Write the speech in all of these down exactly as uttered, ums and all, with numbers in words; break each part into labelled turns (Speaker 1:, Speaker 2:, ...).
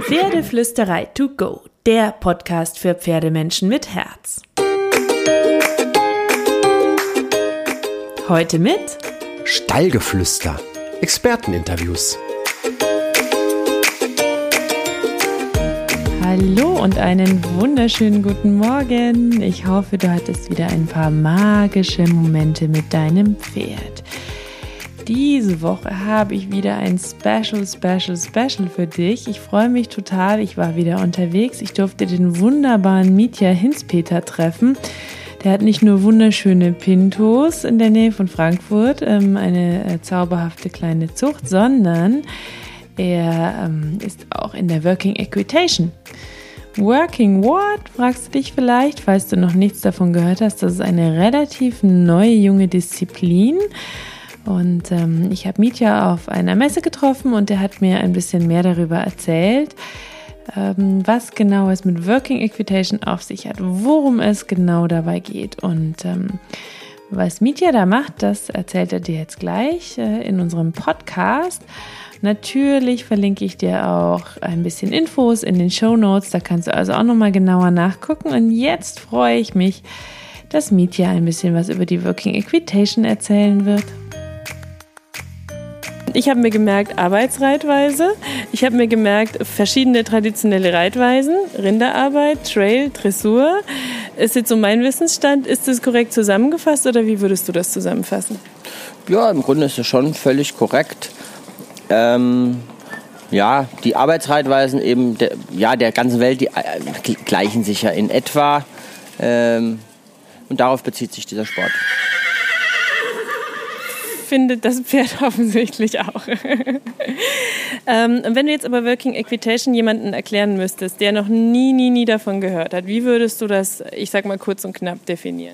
Speaker 1: Pferdeflüsterei to go, der Podcast für Pferdemenschen mit Herz. Heute mit
Speaker 2: Stallgeflüster, Experteninterviews.
Speaker 1: Hallo und einen wunderschönen guten Morgen. Ich hoffe, du hattest wieder ein paar magische Momente mit deinem Pferd. Diese Woche habe ich wieder ein Special, Special, Special für dich. Ich freue mich total. Ich war wieder unterwegs. Ich durfte den wunderbaren Mitja Hinspeter treffen. Der hat nicht nur wunderschöne Pintos in der Nähe von Frankfurt, ähm, eine äh, zauberhafte kleine Zucht, sondern er ähm, ist auch in der Working Equitation. Working what? Fragst du dich vielleicht, falls du noch nichts davon gehört hast. Das ist eine relativ neue, junge Disziplin. Und ähm, ich habe Mitja auf einer Messe getroffen und er hat mir ein bisschen mehr darüber erzählt, ähm, was genau es mit Working Equitation auf sich hat, worum es genau dabei geht. Und ähm, was Mitja da macht, das erzählt er dir jetzt gleich äh, in unserem Podcast. Natürlich verlinke ich dir auch ein bisschen Infos in den Shownotes, da kannst du also auch nochmal genauer nachgucken. Und jetzt freue ich mich, dass Mitja ein bisschen was über die Working Equitation erzählen wird. Ich habe mir gemerkt, Arbeitsreitweise. Ich habe mir gemerkt, verschiedene traditionelle Reitweisen, Rinderarbeit, Trail, Dressur. Ist jetzt so mein Wissensstand. Ist das korrekt zusammengefasst oder wie würdest du das zusammenfassen?
Speaker 3: Ja, im Grunde ist es schon völlig korrekt. Ähm, ja, die Arbeitsreitweisen eben der, ja, der ganzen Welt, die äh, gleichen sich ja in etwa. Ähm, und darauf bezieht sich dieser Sport.
Speaker 1: Findet das Pferd offensichtlich auch. ähm, wenn du jetzt aber Working Equitation jemandem erklären müsstest, der noch nie, nie, nie davon gehört hat, wie würdest du das, ich sag mal kurz und knapp, definieren?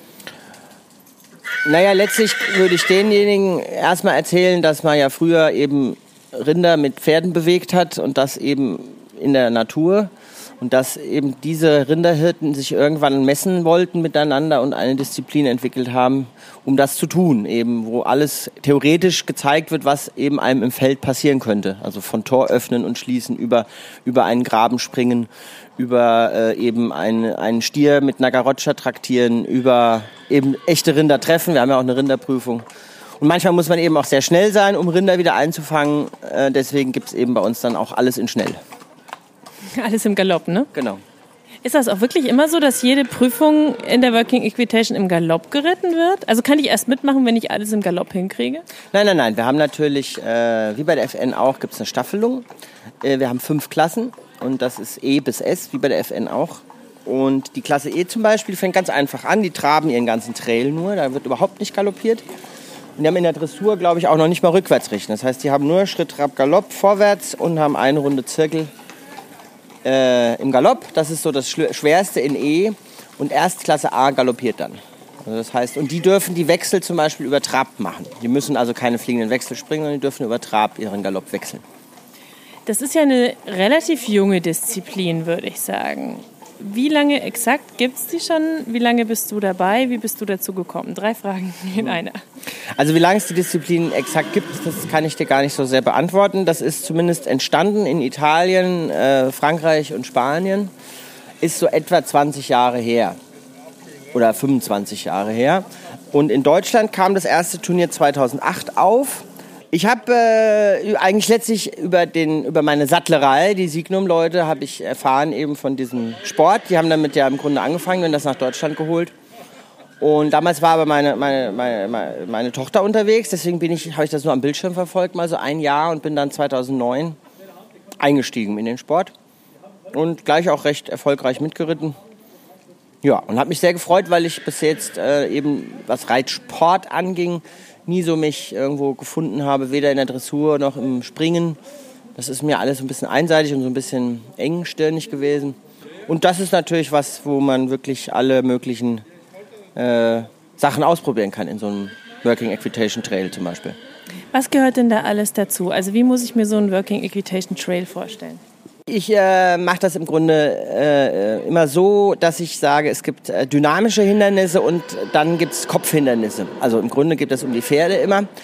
Speaker 3: Naja, letztlich würde ich denjenigen erstmal erzählen, dass man ja früher eben Rinder mit Pferden bewegt hat und das eben in der Natur. Und dass eben diese Rinderhirten sich irgendwann messen wollten miteinander und eine Disziplin entwickelt haben, um das zu tun. Eben, wo alles theoretisch gezeigt wird, was eben einem im Feld passieren könnte. Also von Tor öffnen und schließen, über, über einen Graben springen, über äh, eben einen, einen Stier mit einer Garotscha traktieren, über eben echte Rinder treffen. Wir haben ja auch eine Rinderprüfung. Und manchmal muss man eben auch sehr schnell sein, um Rinder wieder einzufangen. Äh, deswegen gibt es eben bei uns dann auch alles in schnell.
Speaker 1: Alles im Galopp, ne?
Speaker 3: Genau.
Speaker 1: Ist das auch wirklich immer so, dass jede Prüfung in der Working Equitation im Galopp geritten wird? Also kann ich erst mitmachen, wenn ich alles im Galopp hinkriege?
Speaker 3: Nein, nein, nein. Wir haben natürlich, äh, wie bei der F N auch, gibt es eine Staffelung. Äh, wir haben fünf Klassen und das ist E bis S, wie bei der F N auch. Und die Klasse E zum Beispiel fängt ganz einfach an. Die traben ihren ganzen Trail nur, da wird überhaupt nicht galoppiert. Und die haben in der Dressur, glaube ich, auch noch nicht mal rückwärts richten. Das heißt, die haben nur Schritt, Trab, Galopp vorwärts und haben eine Runde Zirkel Äh, im Galopp. Das ist so das Schwerste in E und Erstklasse A galoppiert dann. Also das heißt, und die dürfen die Wechsel zum Beispiel über Trab machen. Die müssen also keine fliegenden Wechsel springen, sondern die dürfen über Trab ihren Galopp wechseln.
Speaker 1: Das ist ja eine relativ junge Disziplin, würde ich sagen. Wie lange exakt gibt es die schon? Wie lange bist du dabei? Wie bist du dazu gekommen? Drei Fragen in einer.
Speaker 3: Also wie lange es die Disziplin exakt gibt, das kann ich dir gar nicht so sehr beantworten. Das ist zumindest entstanden in Italien, äh, Frankreich und Spanien. Ist so etwa zwanzig Jahre her. Oder fünfundzwanzig Jahre her. Und in Deutschland kam das erste Turnier zweitausendacht auf. Ich habe äh, eigentlich letztlich über, den, über meine Sattlerei, die Signum-Leute, habe ich erfahren eben von diesem Sport. Die haben damit ja im Grunde angefangen und das nach Deutschland geholt. Und damals war aber meine, meine, meine, meine Tochter unterwegs, deswegen bin ich, habe ich das nur am Bildschirm verfolgt, mal so ein Jahr und bin dann zweitausendneun eingestiegen in den Sport und gleich auch recht erfolgreich mitgeritten. Ja, und habe mich sehr gefreut, weil ich bis jetzt äh, eben, was Reitsport anging, nie so mich irgendwo gefunden habe, weder in der Dressur noch im Springen. Das ist mir alles so ein bisschen einseitig und so ein bisschen engstirnig gewesen. Und das ist natürlich was, wo man wirklich alle möglichen äh, Sachen ausprobieren kann in so einem Working Equitation Trail zum Beispiel.
Speaker 1: Was gehört denn da alles dazu? Also wie muss ich mir so einen Working Equitation Trail vorstellen?
Speaker 3: Ich äh, mache das im Grunde äh, immer so, dass ich sage, es gibt äh, dynamische Hindernisse und dann gibt es Kopfhindernisse. Also im Grunde geht es um die Pferde immer.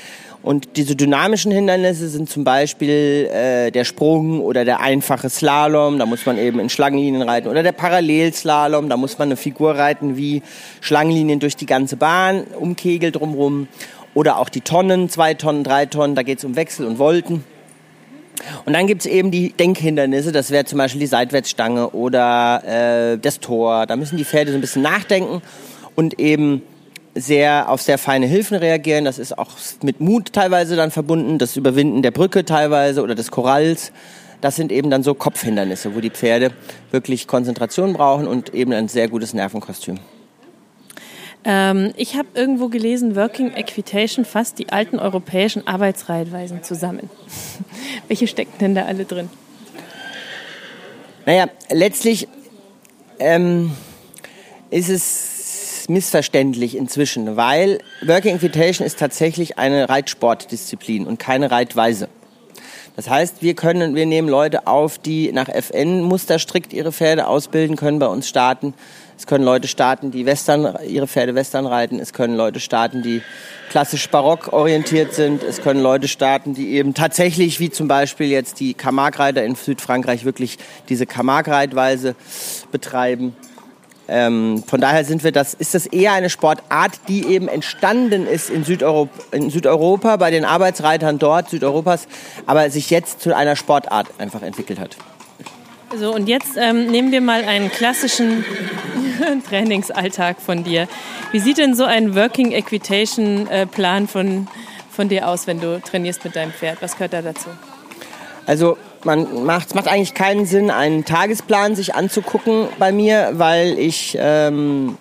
Speaker 3: Und diese dynamischen Hindernisse sind zum Beispiel äh, der Sprung oder der einfache Slalom, da muss man eben in Schlangenlinien reiten, oder der Parallelslalom, da muss man eine Figur reiten wie Schlangenlinien durch die ganze Bahn, um Kegel drumherum. Oder auch die Tonnen, zwei Tonnen, drei Tonnen, da geht es um Wechsel und Volten. Und dann gibt es eben die Denkhindernisse, das wäre zum Beispiel die Seitwärtsstange oder äh, das Tor. Da müssen die Pferde so ein bisschen nachdenken und eben sehr auf sehr feine Hilfen reagieren. Das ist auch mit Mut teilweise dann verbunden, das Überwinden der Brücke teilweise oder des Koralls. Das sind eben dann so Kopfhindernisse, wo die Pferde wirklich Konzentration brauchen und eben ein sehr gutes Nervenkostüm.
Speaker 1: Ähm, ich habe irgendwo gelesen, Working Equitation fasst die alten europäischen Arbeitsreitweisen zusammen. Welche stecken denn da alle drin?
Speaker 3: Naja, letztlich ähm, ist es missverständlich inzwischen, weil Working Equitation ist tatsächlich eine Reitsportdisziplin und keine Reitweise. Das heißt, wir können, wir nehmen Leute auf, die nach F N-Muster strikt ihre Pferde ausbilden, können bei uns starten. Es können Leute starten, die Western, ihre Pferde Western reiten. Es können Leute starten, die klassisch barock orientiert sind. Es können Leute starten, die eben tatsächlich, wie zum Beispiel jetzt die Camargue-Reiter in Südfrankreich, wirklich diese Camargue-Reitweise betreiben. Ähm, von daher sind wir das, ist das eher eine Sportart, die eben entstanden ist in Südeuropa, in Südeuropa bei den Arbeitsreitern dort, Südeuropas, aber sich jetzt zu einer Sportart einfach entwickelt hat.
Speaker 1: So, und jetzt ähm, nehmen wir mal einen klassischen Trainingsalltag von dir. Wie sieht denn so ein Working Equitation äh, Plan von, von dir aus, wenn du trainierst mit deinem Pferd? Was gehört da dazu?
Speaker 3: Also man macht, es macht eigentlich keinen Sinn, einen Tagesplan sich anzugucken bei mir, weil ich, ähm,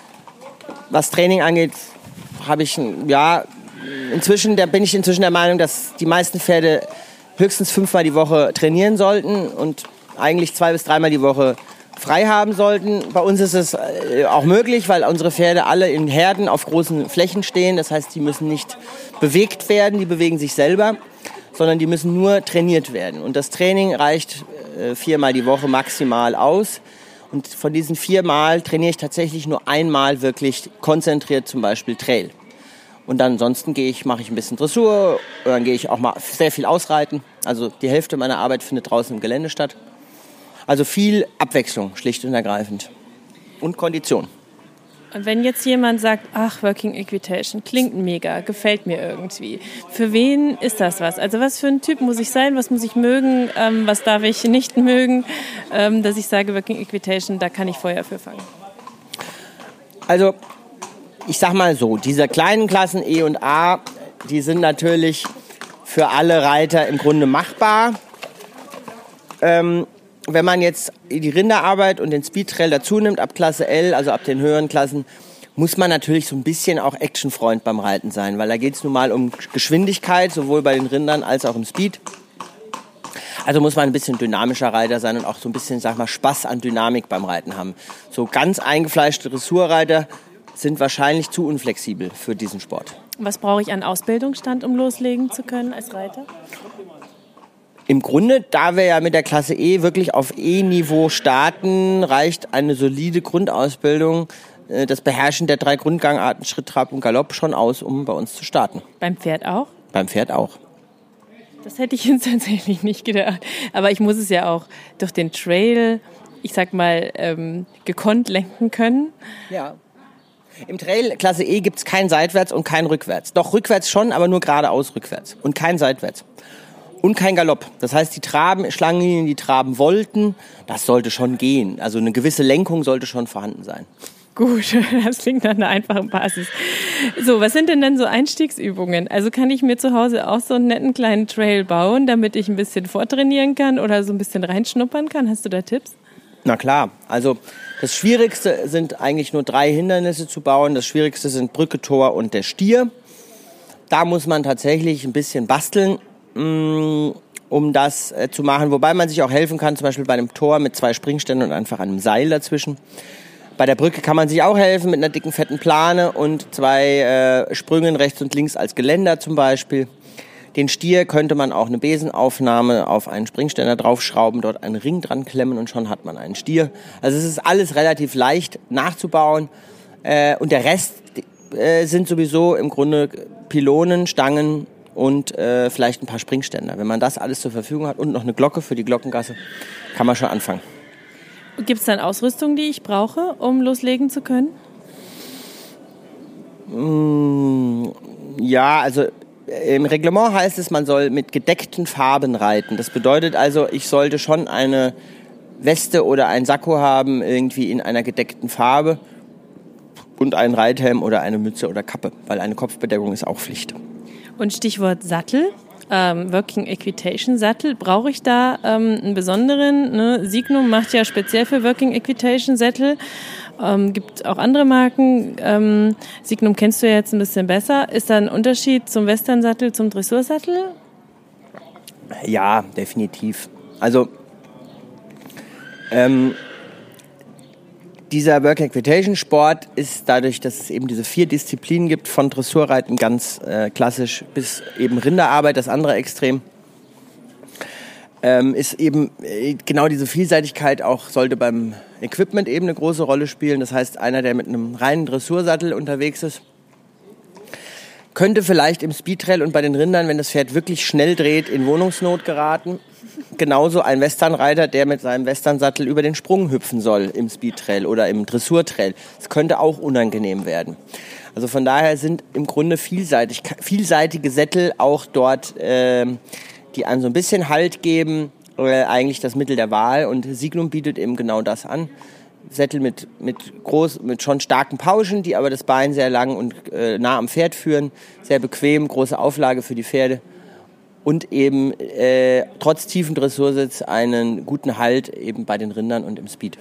Speaker 3: was Training angeht, habe ich, ja, inzwischen, da bin ich inzwischen der Meinung, dass die meisten Pferde höchstens fünfmal die Woche trainieren sollten und eigentlich zwei bis dreimal die Woche frei haben sollten. Bei uns ist es auch möglich, weil unsere Pferde alle in Herden auf großen Flächen stehen. Das heißt, die müssen nicht bewegt werden, die bewegen sich selber, sondern die müssen nur trainiert werden. Und das Training reicht äh, viermal die Woche maximal aus. Und von diesen viermal trainiere ich tatsächlich nur einmal wirklich konzentriert, zum Beispiel Trail. Und dann ansonsten gehe ich, mache ich ein bisschen Dressur, oder dann gehe ich auch mal sehr viel ausreiten. Also die Hälfte meiner Arbeit findet draußen im Gelände statt. Also viel Abwechslung, schlicht und ergreifend. Und Kondition.
Speaker 1: Und wenn jetzt jemand sagt, ach, Working Equitation, klingt mega, gefällt mir irgendwie. Für wen ist das was? Also was für ein Typ muss ich sein? Was muss ich mögen? Ähm, was darf ich nicht mögen? Ähm, dass ich sage, Working Equitation, da kann ich Feuer für fangen.
Speaker 3: Also, ich sag mal so, diese kleinen Klassen E und A, die sind natürlich für alle Reiter im Grunde machbar. Ähm, Wenn man jetzt die Rinderarbeit und den Speedtrail dazu nimmt, ab Klasse L, also ab den höheren Klassen, muss man natürlich so ein bisschen auch Actionfreund beim Reiten sein, weil da geht es nun mal um Geschwindigkeit, sowohl bei den Rindern als auch im Speed. Also muss man ein bisschen dynamischer Reiter sein und auch so ein bisschen, sag mal, Spaß an Dynamik beim Reiten haben. So ganz eingefleischte Dressurreiter sind wahrscheinlich zu unflexibel für diesen Sport.
Speaker 1: Was brauche ich an Ausbildungsstand, um loslegen zu können als Reiter?
Speaker 3: Im Grunde, da wir ja mit der Klasse E wirklich auf E-Niveau starten, reicht eine solide Grundausbildung, das Beherrschen der drei Grundgangarten Schritt, Trab und Galopp schon aus, um bei uns zu starten.
Speaker 1: Beim Pferd auch?
Speaker 3: Beim Pferd auch.
Speaker 1: Das hätte ich jetzt tatsächlich nicht gedacht. Aber ich muss es ja auch durch den Trail, ich sag mal, ähm, gekonnt lenken können.
Speaker 3: Ja. Im Trail Klasse E gibt es kein Seitwärts und kein Rückwärts. Doch rückwärts schon, aber nur geradeaus rückwärts. Und kein Seitwärts. Und kein Galopp. Das heißt, die Traben, Schlangenlinien, die traben wollten, das sollte schon gehen. Also eine gewisse Lenkung sollte schon vorhanden sein.
Speaker 1: Gut, das klingt nach einer einfachen Basis. So, was sind denn dann so Einstiegsübungen? Also kann ich mir zu Hause auch so einen netten kleinen Trail bauen, damit ich ein bisschen vortrainieren kann oder so ein bisschen reinschnuppern kann? Hast du da Tipps?
Speaker 3: Na klar, also das Schwierigste sind eigentlich nur drei Hindernisse zu bauen. Das Schwierigste sind Brücke, Tor und der Stier. Da muss man tatsächlich ein bisschen basteln, um das äh, zu machen, wobei man sich auch helfen kann, zum Beispiel bei einem Tor mit zwei Springständen und einfach einem Seil dazwischen. Bei der Brücke kann man sich auch helfen mit einer dicken, fetten Plane und zwei äh, Sprüngen rechts und links als Geländer zum Beispiel. Den Stier könnte man auch eine Besenaufnahme auf einen Springständer draufschrauben, dort einen Ring dran klemmen und schon hat man einen Stier. Also es ist alles relativ leicht nachzubauen äh, und der Rest äh, sind sowieso im Grunde Pylonen, Stangen und äh, vielleicht ein paar Springständer. Wenn man das alles zur Verfügung hat und noch eine Glocke für die Glockengasse, kann man schon anfangen.
Speaker 1: Gibt es dann Ausrüstung, die ich brauche, um loslegen zu können?
Speaker 3: Mm, ja, also im Reglement heißt es, man soll mit gedeckten Farben reiten. Das bedeutet also, ich sollte schon eine Weste oder ein Sakko haben, irgendwie in einer gedeckten Farbe und einen Reithelm oder eine Mütze oder Kappe, weil eine Kopfbedeckung ist auch Pflicht.
Speaker 1: Und Stichwort Sattel, ähm, Working Equitation Sattel, brauche ich da ähm, einen besonderen? Ne? Signum macht ja speziell für Working Equitation Sättel, ähm, gibt auch andere Marken. Ähm, Signum kennst du ja jetzt ein bisschen besser. Ist da ein Unterschied zum Western-Sattel, zum Dressursattel?
Speaker 3: Ja, definitiv. Also ähm, dieser Working Equitation Sport ist dadurch, dass es eben diese vier Disziplinen gibt, von Dressurreiten ganz äh, klassisch bis eben Rinderarbeit, das andere Extrem, ähm, ist eben äh, genau diese Vielseitigkeit auch, sollte beim Equipment eben eine große Rolle spielen. Das heißt, einer, der mit einem reinen Dressursattel unterwegs ist, könnte vielleicht im Speedtrail und bei den Rindern, wenn das Pferd wirklich schnell dreht, in Wohnungsnot geraten. Genauso ein Westernreiter, der mit seinem Westernsattel über den Sprung hüpfen soll im Speedtrail oder im Dressurtrail. Das könnte auch unangenehm werden. Also von daher sind im Grunde vielseitig, vielseitige Sättel auch dort, äh, die einem so ein bisschen Halt geben, äh, eigentlich das Mittel der Wahl. Und Signum bietet eben genau das an. Sättel mit, mit, groß, mit schon starken Pauschen, die aber das Bein sehr lang und äh, nah am Pferd führen. Sehr bequem, große Auflage für die Pferde. Und eben äh, trotz tiefen Dressursitz einen guten Halt eben bei den Rindern und im Speed.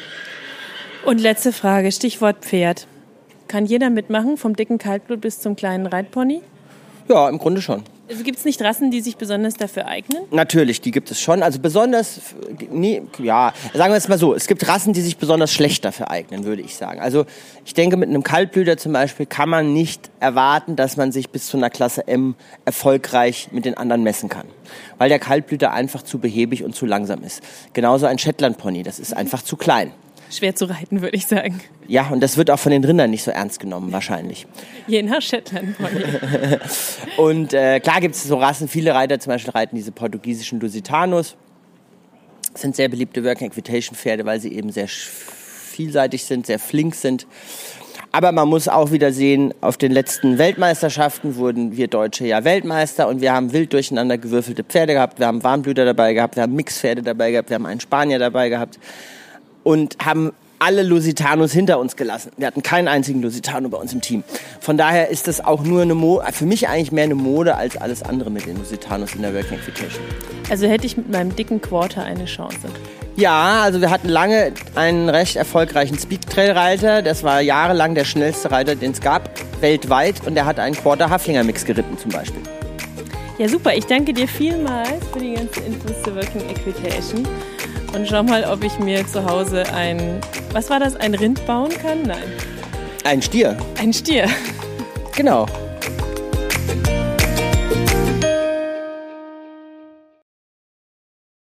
Speaker 1: Und letzte Frage, Stichwort Pferd. Kann jeder mitmachen, vom dicken Kaltblut bis zum kleinen Reitpony?
Speaker 3: Ja, im Grunde schon.
Speaker 1: Also gibt es nicht Rassen, die sich besonders dafür eignen?
Speaker 3: Natürlich, die gibt es schon. Also besonders, nie, ja, sagen wir es mal so, es gibt Rassen, die sich besonders schlecht dafür eignen, würde ich sagen. Also ich denke, mit einem Kaltblüter zum Beispiel kann man nicht erwarten, dass man sich bis zu einer Klasse M erfolgreich mit den anderen messen kann. Weil der Kaltblüter einfach zu behäbig und zu langsam ist. Genauso ein Shetland-Pony, das ist einfach zu klein.
Speaker 1: Schwer zu reiten, würde ich sagen.
Speaker 3: Ja, und das wird auch von den Rindern nicht so ernst genommen, wahrscheinlich.
Speaker 1: Je nach Shetland-Pony.
Speaker 3: Und äh, klar gibt es so Rassen, viele Reiter zum Beispiel reiten diese portugiesischen Lusitanos. Das sind sehr beliebte Working Equitation Pferde, weil sie eben sehr vielseitig sind, sehr flink sind. Aber man muss auch wieder sehen, auf den letzten Weltmeisterschaften wurden wir Deutsche ja Weltmeister und wir haben wild durcheinander gewürfelte Pferde gehabt. Wir haben Warmblüter dabei gehabt, wir haben Mixpferde dabei gehabt, wir haben einen Spanier dabei gehabt. Und haben alle Lusitanos hinter uns gelassen. Wir hatten keinen einzigen Lusitano bei uns im Team. Von daher ist das auch nur eine Mode, für mich eigentlich mehr eine Mode als alles andere mit den Lusitanos in der Working Equitation.
Speaker 1: Also hätte ich mit meinem dicken Quarter eine Chance?
Speaker 3: Ja, also wir hatten lange einen recht erfolgreichen Speedtrail-Reiter. Das war jahrelang der schnellste Reiter, den es gab, weltweit. Und der hat einen Quarter-Haflinger-Mix geritten zum Beispiel.
Speaker 1: Ja, super. Ich danke dir vielmals für die ganze Infos zur Working Equitation. Und schau mal, ob ich mir zu Hause ein, was war das, ein Rind bauen kann? Nein.
Speaker 3: Ein Stier.
Speaker 1: Ein Stier.
Speaker 3: Genau.